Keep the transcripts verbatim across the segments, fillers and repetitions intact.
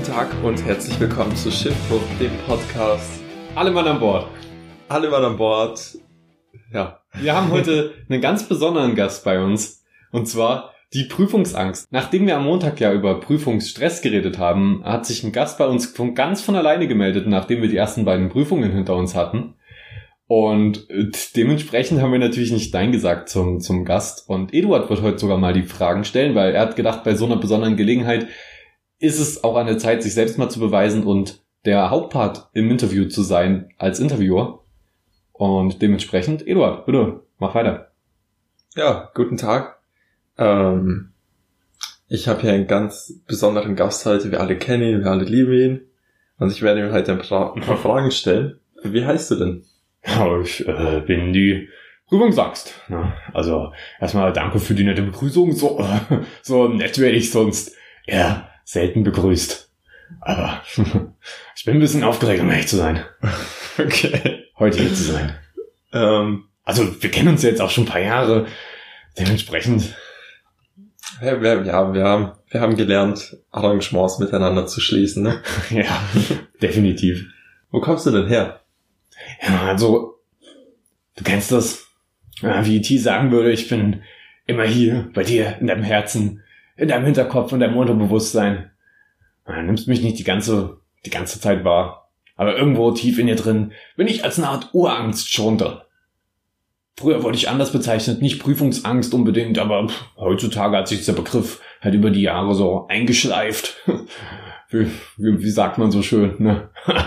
Guten Tag und herzlich willkommen zu Schiffbruch, dem Podcast. Alle Mann an Bord. Alle Mann an Bord. Ja. Wir haben heute einen ganz besonderen Gast bei uns. Und zwar die Prüfungsangst. Nachdem wir am Montag ja über Prüfungsstress geredet haben, hat sich ein Gast bei uns von ganz von alleine gemeldet, nachdem wir die ersten beiden Prüfungen hinter uns hatten. Und dementsprechend haben wir natürlich nicht Nein gesagt zum, zum Gast. Und Eduard wird heute sogar mal die Fragen stellen, weil er hat gedacht, bei so einer besonderen Gelegenheit ist es auch an der Zeit, sich selbst mal zu beweisen und der Hauptpart im Interview zu sein als Interviewer. Und dementsprechend, Eduard, bitte, mach weiter. Ja, guten Tag. Ähm, ich habe hier einen ganz besonderen Gast heute. Wir alle kennen ihn, wir alle lieben ihn. Und ich werde ihm heute ein paar, ein paar Fragen stellen. Wie heißt du denn? Ja, ich äh, bin die Prüfungsangst. Ja, also erstmal danke für die nette Begrüßung. So, äh, so nett werde ich sonst eher selten begrüßt. Aber ich bin ein bisschen aufgeregt, um ehrlich zu sein. Okay. Heute hier zu sein. Ähm, also wir kennen uns ja jetzt auch schon ein paar Jahre. Dementsprechend. Ja, wir, ja, wir haben, wir haben gelernt, Arrangements miteinander zu schließen, ne? Ja, definitiv. Wo kommst du denn her? Ja, also, du kennst das. Ja, wie T sagen würde, ich bin immer hier, bei dir, in deinem Herzen, in deinem Hinterkopf und deinem Unterbewusstsein. Du nimmst mich nicht die ganze, die ganze Zeit wahr. Aber irgendwo tief in dir drin bin ich als eine Art Urangst schon drin. Früher wurde ich anders bezeichnet, nicht Prüfungsangst unbedingt, aber pff, heutzutage hat sich dieser Begriff halt über die Jahre so eingeschleift. wie, wie, wie sagt man so schön, ne?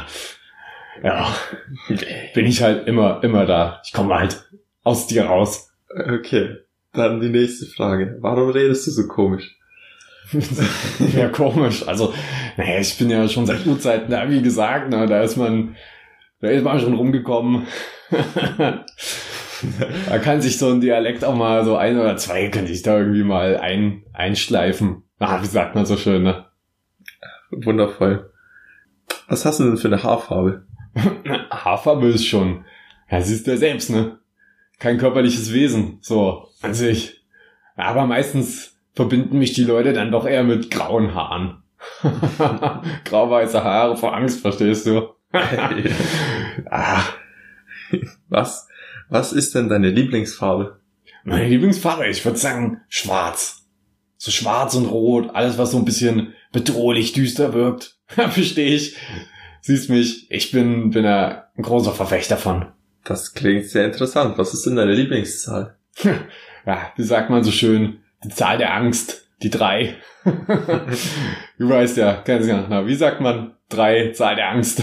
Ja, bin ich halt immer, immer da. Ich komme halt aus dir raus. Okay, dann die nächste Frage. Warum redest du so komisch? Ja, komisch. Also, naja, ich bin ja schon seit Urzeiten da, wie gesagt, na, da ist man, da ist man schon rumgekommen. Da kann sich so ein Dialekt auch mal so ein oder zwei, könnte ich da irgendwie mal ein, einschleifen. Ah, wie sagt man so schön, ne? Wundervoll. Was hast du denn für eine Haarfarbe? Haarfarbe ist schon, ja, siehst du ja selbst, ne? Kein körperliches Wesen, so, an sich. Aber meistens verbinden mich die Leute dann doch eher mit grauen Haaren. Grau-weiße Haare vor Angst, verstehst du? Ah. Was? Was ist denn deine Lieblingsfarbe? Meine Lieblingsfarbe, ich würde sagen, schwarz. So schwarz und rot, alles was so ein bisschen bedrohlich düster wirkt. Verstehe ich. Siehst mich, ich bin, bin ein großer Verfechter von. Das klingt sehr interessant. Was ist denn deine Lieblingszahl? Ja, wie sagt man so schön? Die Zahl der Angst, die drei. Du weißt ja, kennst ja, na, wie sagt man? Drei, Zahl der Angst.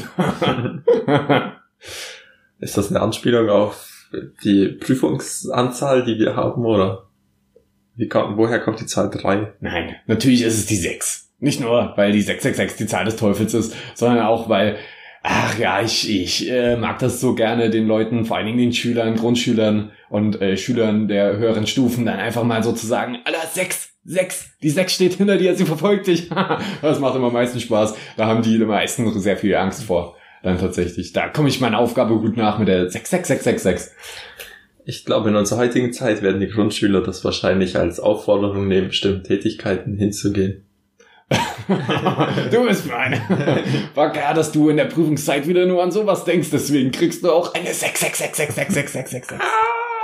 Ist das eine Anspielung auf die Prüfungsanzahl, die wir haben, oder? Wie kommt, woher kommt die Zahl drei? Nein, natürlich ist es die sechs. Nicht nur, weil die sechs sechs sechs die Zahl des Teufels ist, sondern auch, weil, ach ja, ich, ich äh, mag das so gerne, den Leuten, vor allen Dingen den Schülern, Grundschülern und äh, Schülern der höheren Stufen dann einfach mal so zu sagen, Alter, sechs, sechs, die sechs steht hinter dir, sie verfolgt dich. Das macht immer am meisten Spaß. Da haben die meisten sehr viel Angst vor. Dann tatsächlich. Da komme ich meiner Aufgabe gut nach mit der sechs sechs sechs sechs sechs. Ich glaube, in unserer heutigen Zeit werden die Grundschüler das wahrscheinlich als Aufforderung nehmen, bestimmten Tätigkeiten hinzugehen. Du bist meine. War klar, dass du in der Prüfungszeit wieder nur an sowas denkst, deswegen kriegst du auch eine sechs sechs sechs sechs sechs sechs sechs sechs sechs.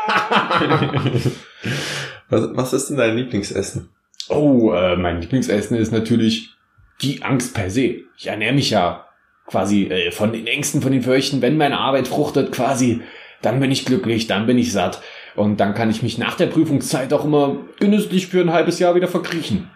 was, was ist denn dein Lieblingsessen? Oh, äh, mein Lieblingsessen ist natürlich die Angst per se. Ich ernähre mich ja quasi äh, von den Ängsten, von den Fürchten. Wenn meine Arbeit fruchtet quasi, dann bin ich glücklich, dann bin ich satt. Und dann kann ich mich nach der Prüfungszeit auch immer genüsslich für ein halbes Jahr wieder verkriechen.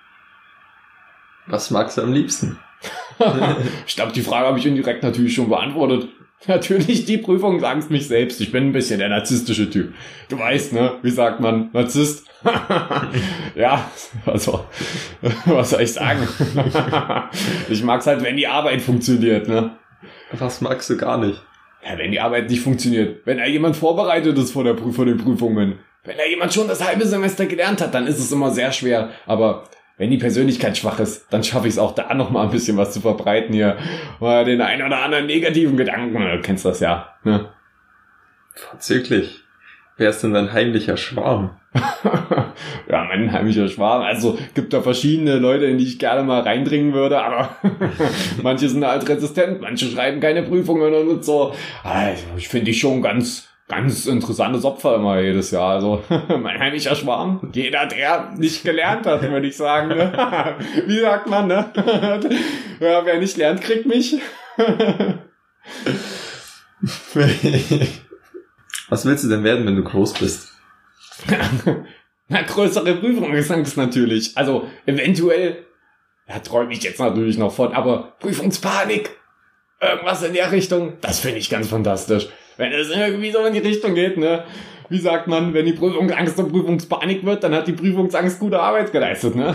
Was magst du am liebsten? Ich glaube, die Frage habe ich indirekt natürlich schon beantwortet. Natürlich die Prüfungsangst mich selbst. Ich bin ein bisschen der narzisstische Typ. Du weißt, ne? Wie sagt man? Narzisst? Ja, also, was soll ich sagen? Ich mag's halt, wenn die Arbeit funktioniert, ne? Was magst du gar nicht? Ja, wenn die Arbeit nicht funktioniert. Wenn da jemand vorbereitet ist vor der Prüf- vor den Prüfungen. Wenn da jemand schon das halbe Semester gelernt hat, dann ist es immer sehr schwer. Aber wenn die Persönlichkeit schwach ist, dann schaffe ich es auch da noch mal ein bisschen was zu verbreiten hier. Mal den einen oder anderen negativen Gedanken. Du kennst das ja, ne? Vorzüglich. Wer ist denn dein heimlicher Schwarm? Ja, mein heimlicher Schwarm. Also gibt da verschiedene Leute, in die ich gerne mal reindringen würde, aber manche sind halt resistent, manche schreiben keine Prüfungen und so. Also, ich finde die schon ganz, ganz interessantes Opfer immer jedes Jahr. Also mein heimlicher Schwarm, jeder, der nicht gelernt hat, würde ich sagen. Ne? Wie sagt man, ne? Ja, wer nicht lernt, kriegt mich. Was willst du denn werden, wenn du groß bist? Na, größere Prüfungsangst natürlich. Also, eventuell, da träume ich jetzt natürlich noch von, aber Prüfungspanik, irgendwas in der Richtung, das finde ich ganz fantastisch. Wenn es irgendwie so in die Richtung geht, ne? Wie sagt man, wenn die Prüfungsangst und Prüfungspanik wird, dann hat die Prüfungsangst gute Arbeit geleistet, ne?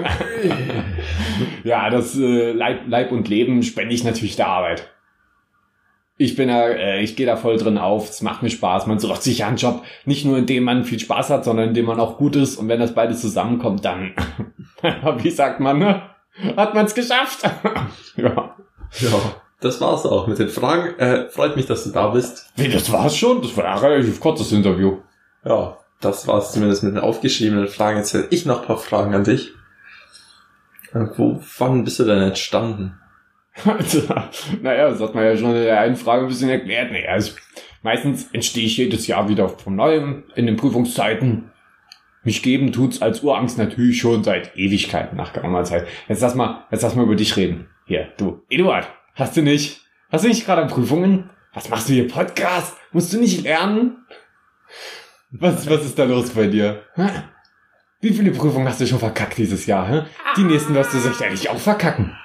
Ja, das äh, Leib, Leib und Leben spende ich natürlich der Arbeit. Ich bin da, äh, ich gehe da voll drin auf, es macht mir Spaß, man sucht sich ja einen Job, nicht nur indem man viel Spaß hat, sondern indem man auch gut ist und wenn das beides zusammenkommt, dann, wie sagt man, ne? Hat man es geschafft? Ja. Ja, das war's auch mit den Fragen. Äh, freut mich, dass du da bist. Wie, das war's schon? Das war ein relativ kurzes Interview. Ja, das war's zumindest mit den aufgeschriebenen Fragen. Jetzt hätte ich noch ein paar Fragen an dich. Äh, wo, wann bist du denn entstanden? Also, naja, das hat man ja schon in der einen Frage ein bisschen erklärt. Naja, also, meistens entstehe ich jedes Jahr wieder von Neuem in den Prüfungszeiten. Mich geben tut's als Urangst natürlich schon seit Ewigkeiten nach geraumer Zeit. Jetzt lass mal, jetzt lass mal über dich reden. Hier, du, Eduard, hast du nicht, hast du nicht gerade Prüfungen? Was machst du hier, Podcast? Musst du nicht lernen? Was, was ist da los bei dir? Hä? Wie viele Prüfungen hast du schon verkackt dieses Jahr? Hä? Die nächsten wirst du sicherlich auch verkacken.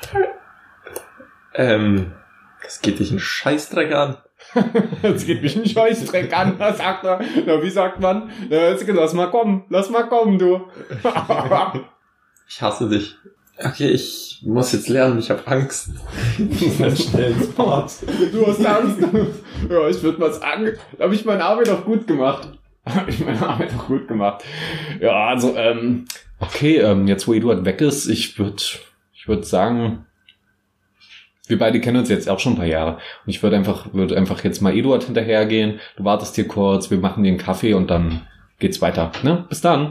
Ähm, das geht dich einen Scheißdreck an. Das geht mich einen Scheißdreck an, was sagt er? Na, wie sagt man? Na, lass mal kommen, lass mal kommen, du. Ich hasse dich. Okay, ich muss jetzt lernen, ich habe Angst. Schnell ins Bad. Du hast Angst? Ja, ich würde mal sagen, da habe ich meine Arbeit auch gut gemacht. Habe ich meine Arbeit auch gut gemacht. Ja, also, ähm, okay, ähm, jetzt wo Eduard weg ist, ich würde, ich würde sagen, wir beide kennen uns jetzt auch schon ein paar Jahre. Und ich würde einfach, würde einfach jetzt mal Eduard hinterhergehen. Du wartest hier kurz, wir machen dir einen Kaffee und dann geht's weiter. Ne? Bis dann.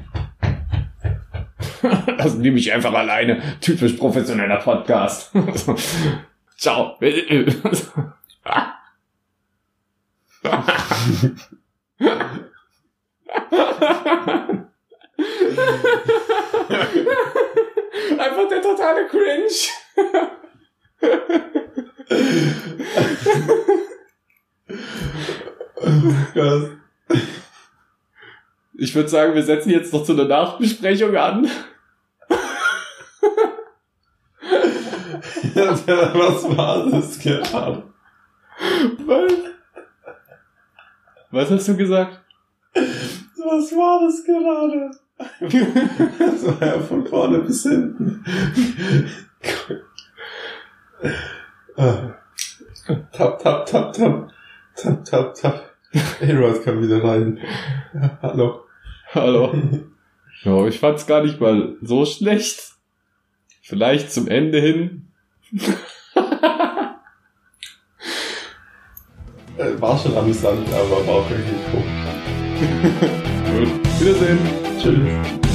Lassen die mich einfach alleine. Typisch professioneller Podcast. Ciao. Einfach der totale Cringe. Ich würde sagen, wir setzen jetzt noch zu einer Nachbesprechung an. Was war das gerade? Was? Was hast du gesagt? Was war das gerade? Das war ja von vorne bis hinten. Tap, tap, tap, tap. Tap, tap, tap. Eduard kann wieder rein. Ja, hallo. Hallo. Ja, ich fand's gar nicht mal so schlecht. Vielleicht zum Ende hin. War schon amüsant, aber war auch irgendwie komisch. Gut. Wiedersehen. Tschüss.